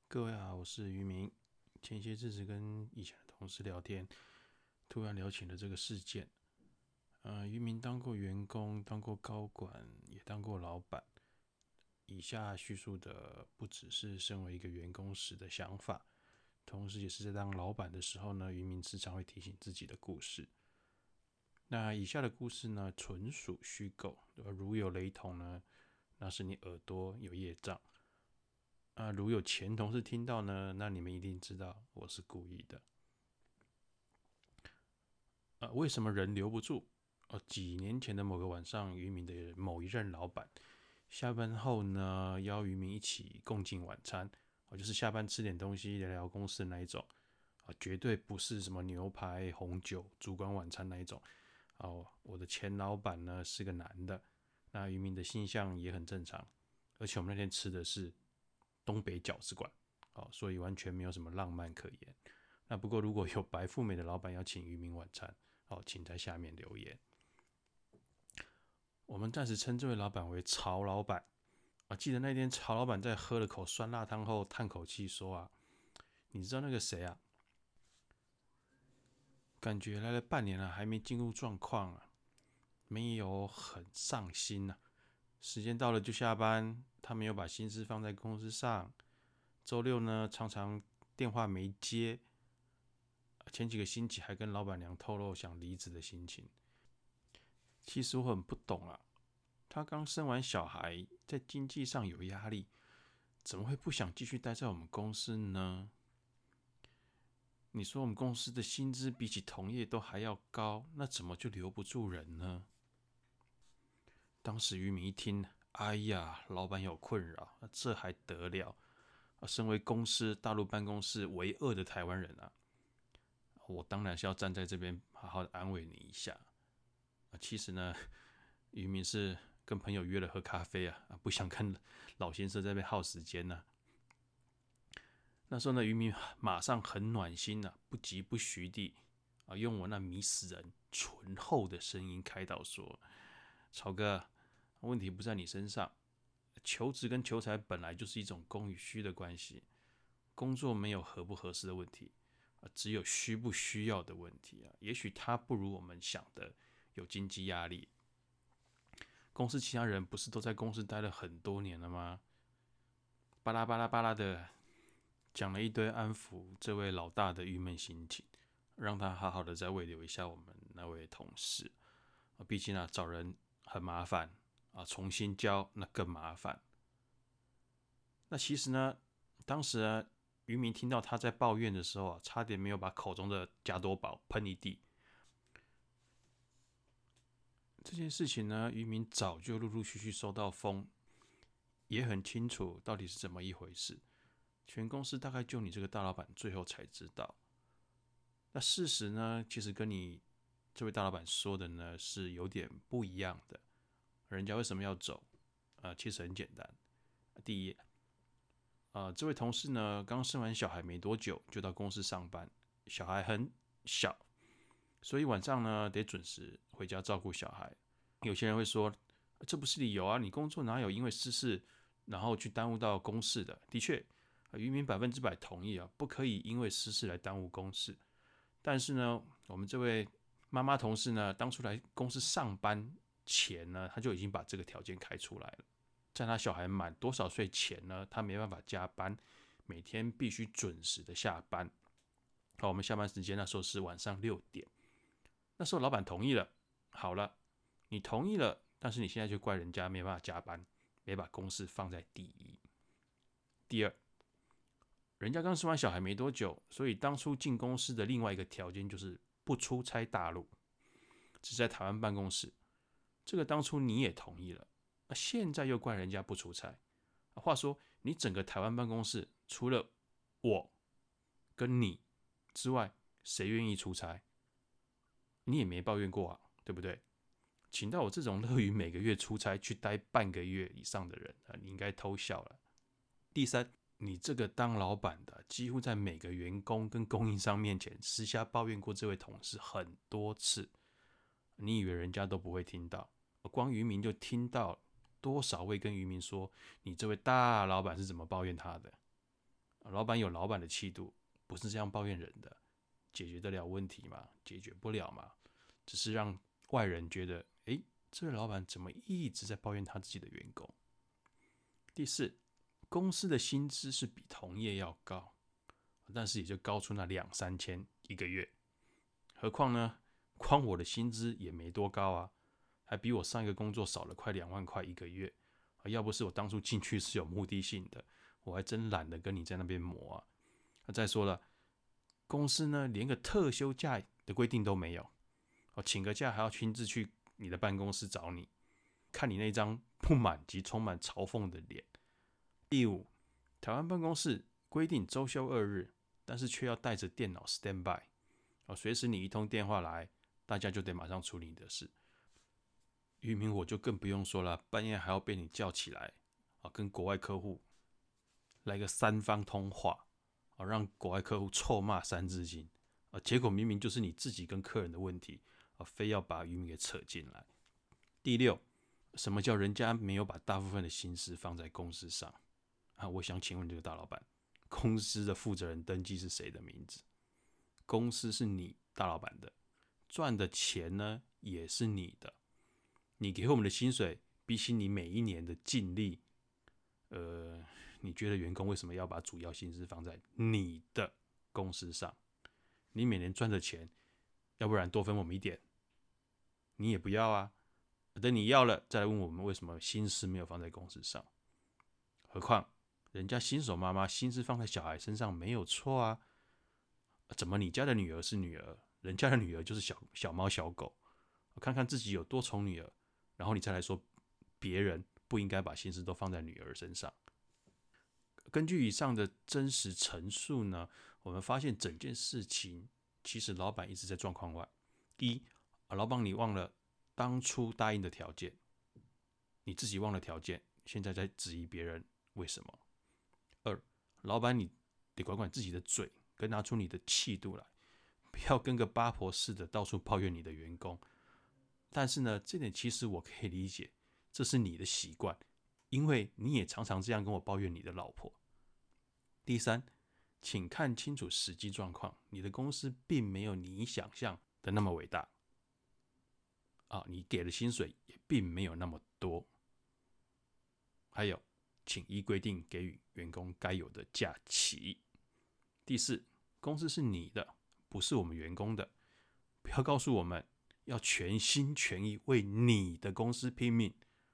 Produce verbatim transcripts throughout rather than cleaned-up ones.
各位好，我是于明。前些日子跟以前的同事聊天，突然聊起了这个事件。呃，于明当过员工，当过高管，也当过老板。以下叙述的不只是身为一个员工时的想法，同时也是在当老板的时候呢，于明时常会提醒自己的故事。那以下的故事呢，纯属虚构，如有雷同呢，那是你耳朵有业障。啊，如有前同事听到呢，那你们一定知道我是故意的。呃，为什么人留不住？呃，几年前的某个晚上，渔民的某一任老板下班后呢，邀渔民一起共进晚餐，哦，就是下班吃点东西，聊聊公司的那一种，啊，绝对不是什么牛排、红酒、烛光晚餐那一种。哦，我的前老板呢是个男的，那渔民的性向也很正常，而且我们那天吃的是东北饺子馆，哦，所以完全没有什么浪漫可言。那不过如果有白富美的老板要请渔民晚餐，哦，请在下面留言。我们暂时称这位老板为曹老板啊。记得那天曹老板在喝了口酸辣汤后叹口气说啊：“你知道那个谁啊？感觉来了半年了，还没进入状况啊，没有很上心啊。时间到了就下班，他没有把心思放在公司上。周六呢，常常电话没接。前几个星期还跟老板娘透露想离职的心情。其实我很不懂啊，他刚生完小孩，在经济上有压力，怎么会不想继续待在我们公司呢？你说我们公司的薪资比起同业都还要高，那怎么就留不住人呢？”当时渔民一听，哎呀，老板有困扰，这还得了？身为公司大陆办公室唯二的台湾人啊，我当然是要站在这边好好的安慰你一下。其实呢，渔民是跟朋友约了喝咖啡啊，不想跟老先生在那边耗时间呢、啊。那时候呢，渔民马上很暖心啊，不疾不徐地啊，用我那迷死人醇厚的声音开导说：“曹哥，问题不在你身上，求职跟求财本来就是一种供与需的关系，工作没有合不合适的问题，只有需不需要的问题啊。也许他不如我们想的有经济压力。公司其他人不是都在公司待了很多年了吗？”巴拉巴拉巴拉的讲了一堆安抚这位老大的郁闷心情，让他好好的再慰留一下我们那位同事。毕竟啊，找人很麻烦啊，重新教那更麻烦。那其实呢，当时呢，渔民听到他在抱怨的时候啊，差点没有把口中的加多宝喷一地。这件事情呢，渔民早就陆陆续续收到风，也很清楚到底是怎么一回事。全公司大概就你这个大老板最后才知道。那事实呢，其实跟你这位大老板说的呢是有点不一样的。人家为什么要走？呃，其实很简单。第一，呃，这位同事呢刚生完小孩没多久就到公司上班，小孩很小，所以晚上呢得准时回家照顾小孩。有些人会说，这不是理由啊，你工作哪有因为私事然后去耽误到公事的？的确，渔民百分之百同意啊，不可以因为私事来耽误公事。但是呢，我们这位妈妈同事呢，当初来公司上班前呢，他就已经把这个条件开出来了。在他小孩满多少岁前呢，他没办法加班，每天必须准时的下班。好，我们下班时间那时候是晚上六点，那时候老板同意了。好了，你同意了，但是你现在就怪人家没办法加班，没把公事放在第一。第二，人家刚生完小孩没多久，所以当初进公司的另外一个条件就是不出差大陆，只在台湾办公室。这个当初你也同意了，那现在又怪人家不出差。话说，你整个台湾办公室除了我跟你之外，谁愿意出差？你也没抱怨过啊，对不对？请到我这种乐于每个月出差去待半个月以上的人，你应该偷笑了。第三，你这个当老板的，几乎在每个员工跟供应商面前私下抱怨过这位同事很多次，你以为人家都不会听到？光渔民就听到多少位跟渔民说，你这位大老板是怎么抱怨他的？ 老板有老板的气度，不是这样抱怨人的。解决得了问题吗？解决不了嘛，只是让外人觉得，诶，这位老板怎么一直在抱怨他自己的员工？第四，公司的薪资是比同业要高，但是也就高出那两三千一个月。何况呢，光我的薪资也没多高啊，还比我上一个工作少了快两万块一个月。要不是我当初进去是有目的性的，我还真懒得跟你在那边磨啊。再说了，公司呢连个特休假的规定都没有，请个假还要亲自去你的办公室找你，看你那张不满及充满嘲讽的脸。第五，台湾办公室规定周休二日，但是却要带着电脑 stand by， 随时你一通电话来，大家就得马上处理你的事。渔民我就更不用说了，半夜还要被你叫起来，跟国外客户来个三方通话，让国外客户臭骂三字经，结果明明就是你自己跟客人的问题，非要把渔民给扯进来。第六，什么叫人家没有把大部分的心思放在公司上？我想请问这个大老板，公司的负责人登记是谁的名字？公司是你大老板的，赚的钱呢也是你的，你给我们的薪水比起你每一年的净利，呃，你觉得员工为什么要把主要心思放在你的公司上？你每年赚的钱，要不然多分我们一点，你也不要啊。等你要了，再来问我们为什么心思没有放在公司上。何况人家新手妈妈心思放在小孩身上没有错啊，怎么你家的女儿是女儿，人家的女儿就是小小猫小狗？看看自己有多宠女儿，然后你再来说别人不应该把心思都放在女儿身上。根据以上的真实陈述呢，我们发现整件事情其实老板一直在状况外。一，老板你忘了当初答应的条件，你自己忘了条件，现在在质疑别人为什么？二，老板你得管管自己的嘴，跟拿出你的气度来，不要跟个八婆似的到处抱怨你的员工。但是呢，这点其实我可以理解，这是你的习惯，因为你也常常这样跟我抱怨你的老婆。第三，请看清楚实际状况，你的公司并没有你想象的那么伟大。啊，你给的薪水也并没有那么多。还有，请依规定给予员工该有的假期。第四，公司是你的，不是我们员工的，不要告诉我们要全心全意为你的公司拼命。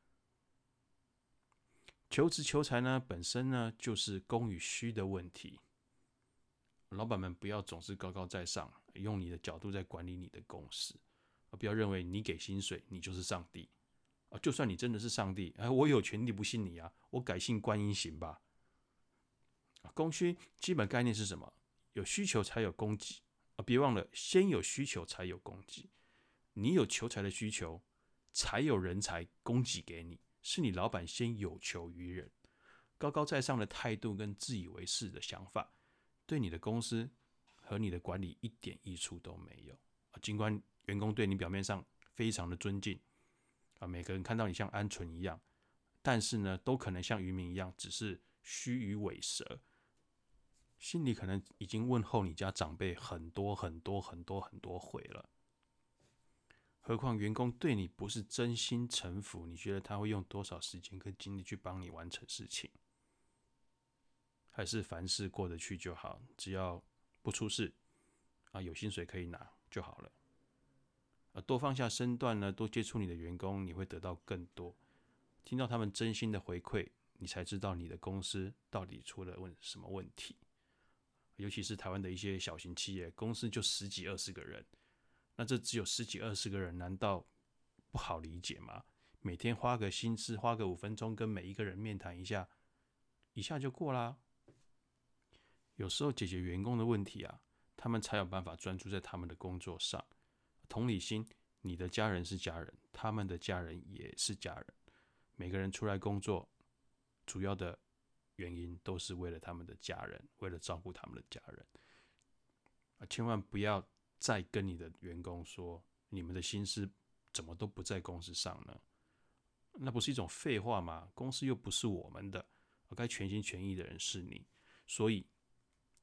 求职求财呢，本身呢就是供与需的问题。老板们不要总是高高在上，用你的角度在管理你的公司。不要认为你给薪水，你就是上帝。就算你真的是上帝，我有权利不信你啊，我改信观音行吧。供需基本概念是什么？有需求才有供给，别忘了先有需求才有供给。你有求财的需求，才有人才供给给你，是你老板先有求于人。高高在上的态度跟自以为是的想法，对你的公司和你的管理一点益处都没有。尽管员工对你表面上非常的尊敬，每个人看到你像鹌鹑一样，但是呢，都可能像渔民一样，只是须臾尾蛇，心里可能已经问候你家长辈很多很多很多很多回了。何况员工对你不是真心臣服，你觉得他会用多少时间跟精力去帮你完成事情？还是凡事过得去就好，只要不出事，有薪水可以拿就好了。多放下身段呢，多接触你的员工，你会得到更多。听到他们真心的回馈，你才知道你的公司到底出了什么问题。尤其是台湾的一些小型企业，公司就十几二十个人，那这只有十几二十个人，难道不好理解吗？每天花个心思，花个五分钟跟每一个人面谈一下，一下就过啦。有时候解决员工的问题啊，他们才有办法专注在他们的工作上。同理心，你的家人是家人，他们的家人也是家人。每个人出来工作，主要的原因都是为了他们的家人，为了照顾他们的家人。千万不要再跟你的员工说，你们的心思怎么都不在公司上呢？那不是一种废话吗？公司又不是我们的，该全心全意的人是你。所以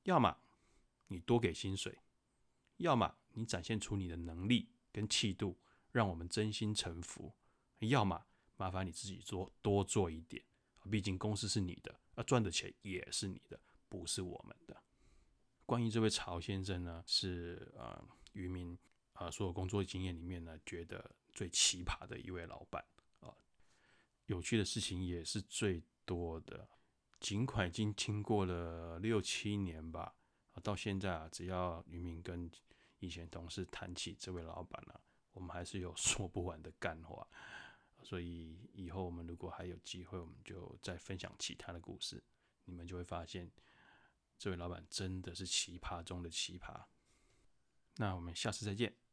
要么你多给薪水，要么你展现出你的能力跟气度，让我们真心臣服，要么麻烦你自己做多做一点，毕竟公司是你的，啊，赚的钱也是你的，不是我们的。关于这位曹先生呢，是呃渔民呃所有工作经验里面呢，觉得最奇葩的一位老板啊、呃，有趣的事情也是最多的。尽管已经经过了六七年吧，到现在啊，只要渔民跟以前同事谈起这位老板啊，我们还是有说不完的干话。所以以后我们如果还有机会，我们就再分享其他的故事，你们就会发现这位老板真的是奇葩中的奇葩。那我们下次再见。